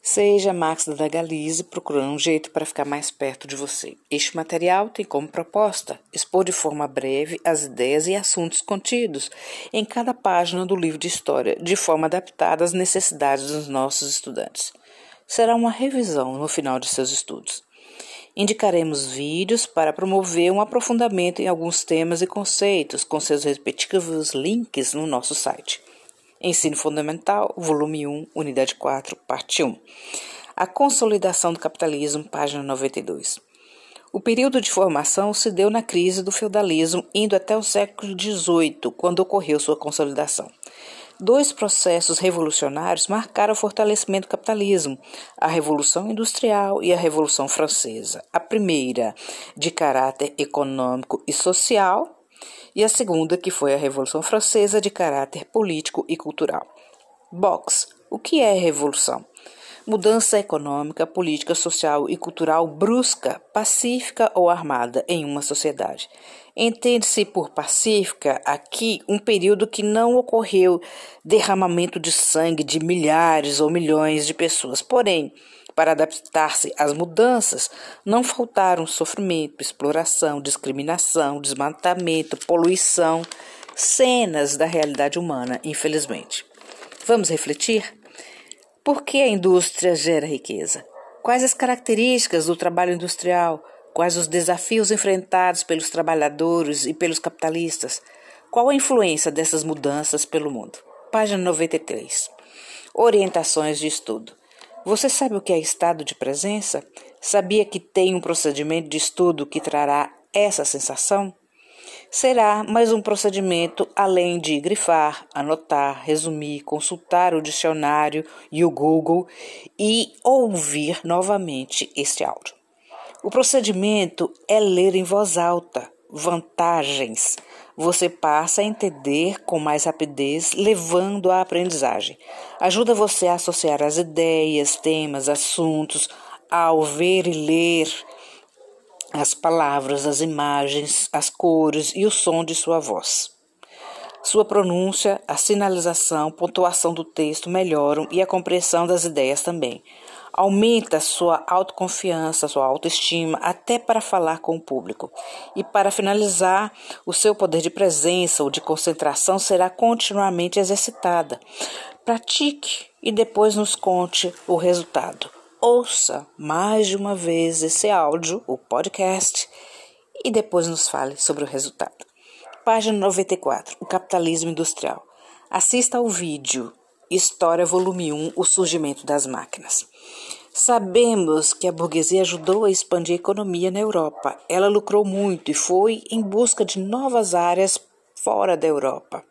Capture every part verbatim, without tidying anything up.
Seja Max da Galize procurando um jeito para ficar mais perto de você. Este material tem como proposta expor de forma breve as ideias e assuntos contidos em cada página do livro de história, de forma adaptada às necessidades dos nossos estudantes. Será uma revisão no final de seus estudos. Indicaremos vídeos para promover um aprofundamento em alguns temas e conceitos, com seus respectivos links no nosso site. Ensino Fundamental, volume um, unidade quatro, parte um. A consolidação do capitalismo, página noventa e dois. O período de formação se deu na crise do feudalismo, indo até o século dezoito, quando ocorreu sua consolidação. Dois processos revolucionários marcaram o fortalecimento do capitalismo, a Revolução Industrial e a Revolução Francesa. A primeira, de caráter econômico e social, e a segunda, que foi a Revolução Francesa, de caráter político e cultural. Box. O que é revolução? Mudança econômica, política, social e cultural brusca, pacífica ou armada em uma sociedade. Entende-se por pacífica aqui um período que não ocorreu derramamento de sangue de milhares ou milhões de pessoas. Porém, para adaptar-se às mudanças, não faltaram sofrimento, exploração, discriminação, desmatamento, poluição, cenas da realidade humana, infelizmente. Vamos refletir? Por que a indústria gera riqueza? Quais as características do trabalho industrial? Quais os desafios enfrentados pelos trabalhadores e pelos capitalistas? Qual a influência dessas mudanças pelo mundo? Página noventa e três. Orientações de estudo. Você sabe o que é estado de presença? Sabia que tem um procedimento de estudo que trará essa sensação? Será mais um procedimento além de grifar, anotar, resumir, consultar o dicionário e o Google e ouvir novamente este áudio. O procedimento é ler em voz alta. Vantagens. Você passa a entender com mais rapidez, levando à aprendizagem. Ajuda você a associar as ideias, temas, assuntos, ao ver e ler as palavras, as imagens, as cores e o som de sua voz. Sua pronúncia, a sinalização, pontuação do texto melhoram e a compreensão das ideias também. Aumenta sua autoconfiança, sua autoestima, até para falar com o público. E para finalizar, o seu poder de presença ou de concentração será continuamente exercitada. Pratique e depois nos conte o resultado. Ouça mais de uma vez esse áudio, o podcast, e depois nos fale sobre o resultado. Página noventa e quatro. O capitalismo industrial. Assista ao vídeo História, volume um, o surgimento das máquinas. Sabemos que a burguesia ajudou a expandir a economia na Europa. Ela lucrou muito e foi em busca de novas áreas fora da Europa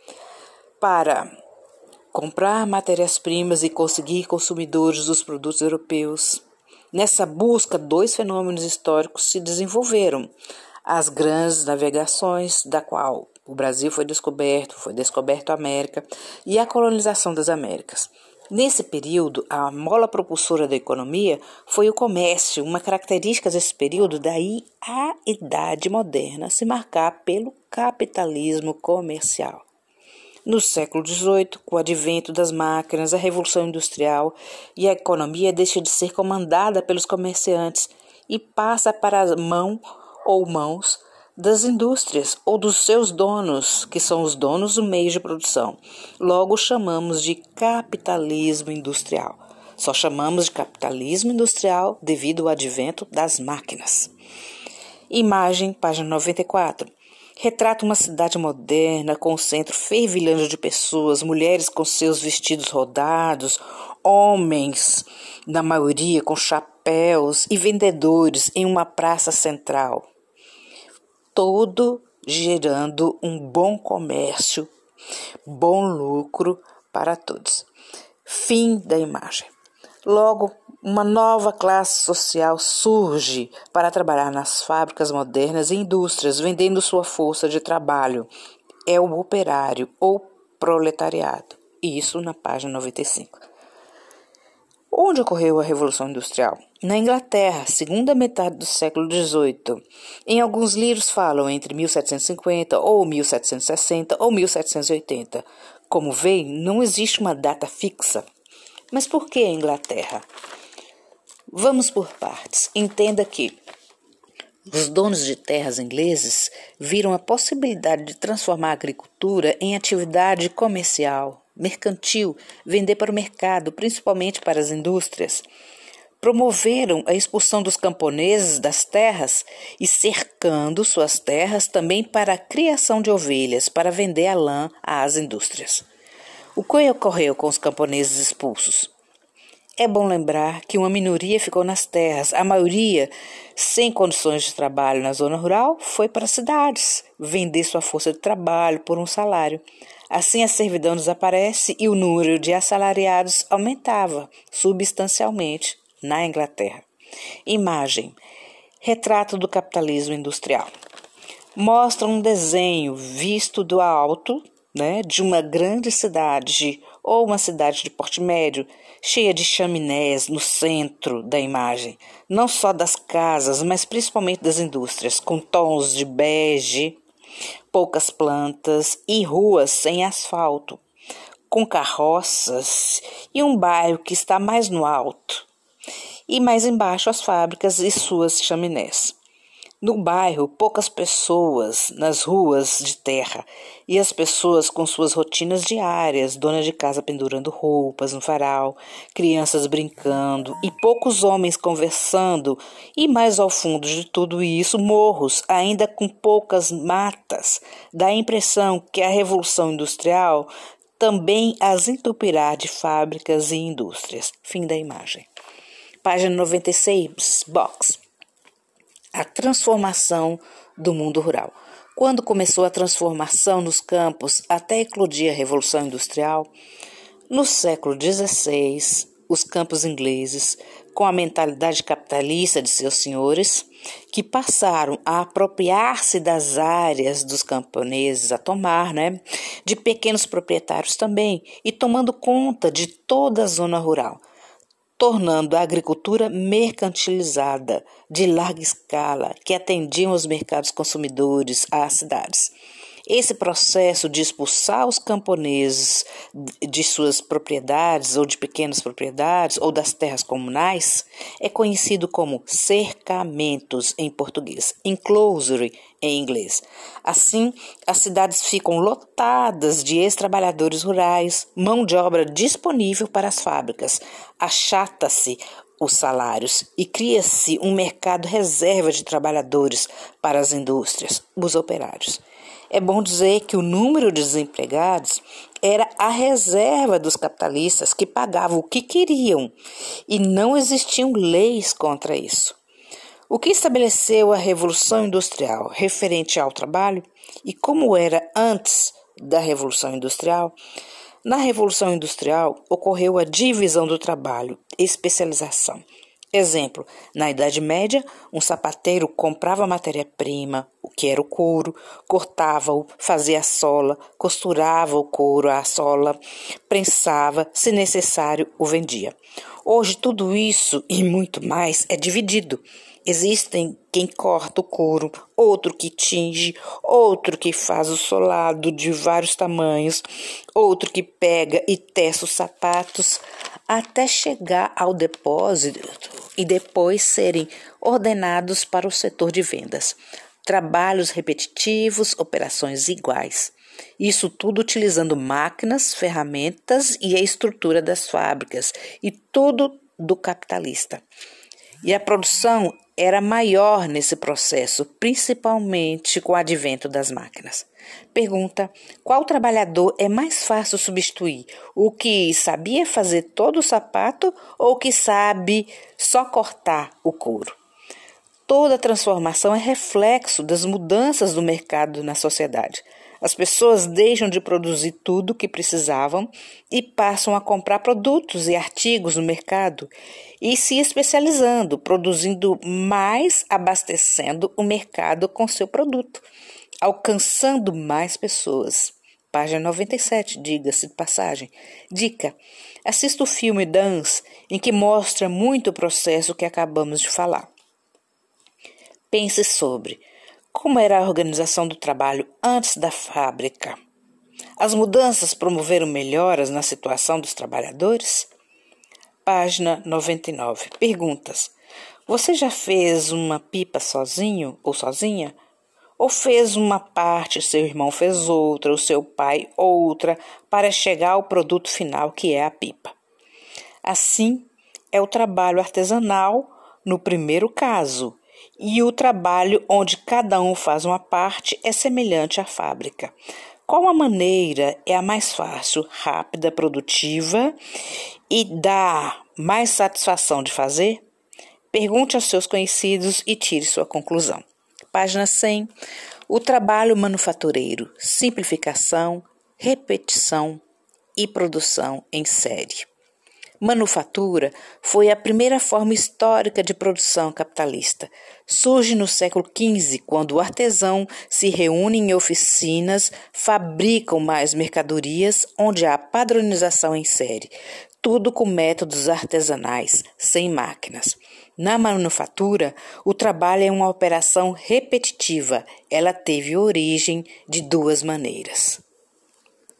para comprar matérias-primas e conseguir consumidores dos produtos europeus. Nessa busca, dois fenômenos históricos se desenvolveram. As grandes navegações, da qual o Brasil foi descoberto, foi descoberto a América, e a colonização das Américas. Nesse período, a mola propulsora da economia foi o comércio, uma característica desse período, daí a Idade Moderna se marcar pelo capitalismo comercial. No século dezoito, com o advento das máquinas, a Revolução Industrial e a economia deixa de ser comandada pelos comerciantes e passa para a mão ou mãos das indústrias ou dos seus donos, que são os donos do meio de produção. Logo chamamos de capitalismo industrial. Só chamamos de capitalismo industrial devido ao advento das máquinas. Imagem, página noventa e quatro. Retrata uma cidade moderna com um centro fervilhando de pessoas, mulheres com seus vestidos rodados, homens, na maioria com chapéus, e vendedores em uma praça central. Todo gerando um bom comércio, bom lucro para todos. Fim da imagem. Logo, uma nova classe social surge para trabalhar nas fábricas modernas e indústrias, vendendo sua força de trabalho. É o operário ou proletariado. Isso na página noventa e cinco. Onde ocorreu a Revolução Industrial? Na Inglaterra, segunda metade do século dezoito. Em alguns livros falam entre mil setecentos e cinquenta, ou mil setecentos e sessenta, ou mil setecentos e oitenta. Como veem, não existe uma data fixa. Mas por que a Inglaterra? Vamos por partes. Entenda que os donos de terras ingleses viram a possibilidade de transformar a agricultura em atividade comercial, mercantil, vender para o mercado, principalmente para as indústrias. Promoveram a expulsão dos camponeses das terras e cercando suas terras também para a criação de ovelhas, para vender a lã às indústrias. O que ocorreu com os camponeses expulsos? É bom lembrar que uma minoria ficou nas terras, a maioria, sem condições de trabalho na zona rural, foi para as cidades, vender sua força de trabalho por um salário. Assim a servidão desaparece e o número de assalariados aumentava substancialmente na Inglaterra. Imagem: retrato do capitalismo industrial. Mostra um desenho visto do alto, né, de uma grande cidade ou uma cidade de porte médio, cheia de chaminés no centro da imagem, não só das casas, mas principalmente das indústrias, com tons de bege, poucas plantas e ruas sem asfalto, com carroças e um bairro que está mais no alto. E mais embaixo as fábricas e suas chaminés. No bairro, poucas pessoas nas ruas de terra e as pessoas com suas rotinas diárias, dona de casa pendurando roupas no varal, crianças brincando e poucos homens conversando e mais ao fundo de tudo isso, morros, ainda com poucas matas. Dá a impressão que a Revolução Industrial também as entupirá de fábricas e indústrias. Fim da imagem. Página noventa e seis, box. A transformação do mundo rural. Quando começou a transformação nos campos até eclodir a Revolução Industrial, no século dezesseis, os campos ingleses, com a mentalidade capitalista de seus senhores, que passaram a apropriar-se das áreas dos camponeses a tomar, né, de pequenos proprietários também, e tomando conta de toda a zona rural, tornando a agricultura mercantilizada, de larga escala, que atendiam os mercados consumidores às cidades. Esse processo de expulsar os camponeses de suas propriedades ou de pequenas propriedades ou das terras comunais é conhecido como cercamentos em português, enclosure em inglês. Assim, as cidades ficam lotadas de ex-trabalhadores rurais, mão de obra disponível para as fábricas. Achata-se os salários e cria-se um mercado reserva de trabalhadores para as indústrias, os operários. É bom dizer que o número de desempregados era a reserva dos capitalistas que pagavam o que queriam e não existiam leis contra isso. O que estabeleceu a Revolução Industrial referente ao trabalho e como era antes da Revolução Industrial? Na Revolução Industrial ocorreu a divisão do trabalho, especialização. Exemplo, na Idade Média, um sapateiro comprava matéria-prima, o que era o couro, cortava-o, fazia a sola, costurava o couro à sola, prensava, se necessário, o vendia. Hoje, tudo isso e muito mais é dividido. Existem quem corta o couro, outro que tinge, outro que faz o solado de vários tamanhos, outro que pega e tece os sapatos, até chegar ao depósito e depois serem ordenados para o setor de vendas. Trabalhos repetitivos, operações iguais. Isso tudo utilizando máquinas, ferramentas e a estrutura das fábricas, e tudo do capitalista. E a produção era maior nesse processo, principalmente com o advento das máquinas. Pergunta: qual trabalhador é mais fácil substituir? O que sabia fazer todo o sapato ou o que sabe só cortar o couro? Toda transformação é reflexo das mudanças do mercado na sociedade. As pessoas deixam de produzir tudo o que precisavam e passam a comprar produtos e artigos no mercado e se especializando, produzindo mais, abastecendo o mercado com seu produto, alcançando mais pessoas. Página noventa e sete, diga-se de passagem. Dica: assista o filme Dance, em que mostra muito o processo que acabamos de falar. Pense sobre como era a organização do trabalho antes da fábrica. As mudanças promoveram melhoras na situação dos trabalhadores? Página noventa e nove. Perguntas. Você já fez uma pipa sozinho ou sozinha? Ou fez uma parte, seu irmão fez outra, o seu pai outra, para chegar ao produto final, que é a pipa? Assim, é o trabalho artesanal no primeiro caso, e o trabalho onde cada um faz uma parte é semelhante à fábrica. Qual a maneira é a mais fácil, rápida, produtiva e dá mais satisfação de fazer? Pergunte aos seus conhecidos e tire sua conclusão. Página cem. O trabalho manufatureiro, simplificação, repetição e produção em série. Manufatura foi a primeira forma histórica de produção capitalista. Surge no século quinze, quando o artesão se reúne em oficinas, fabricam mais mercadorias, onde há padronização em série. Tudo com métodos artesanais, sem máquinas. Na manufatura, o trabalho é uma operação repetitiva. Ela teve origem de duas maneiras.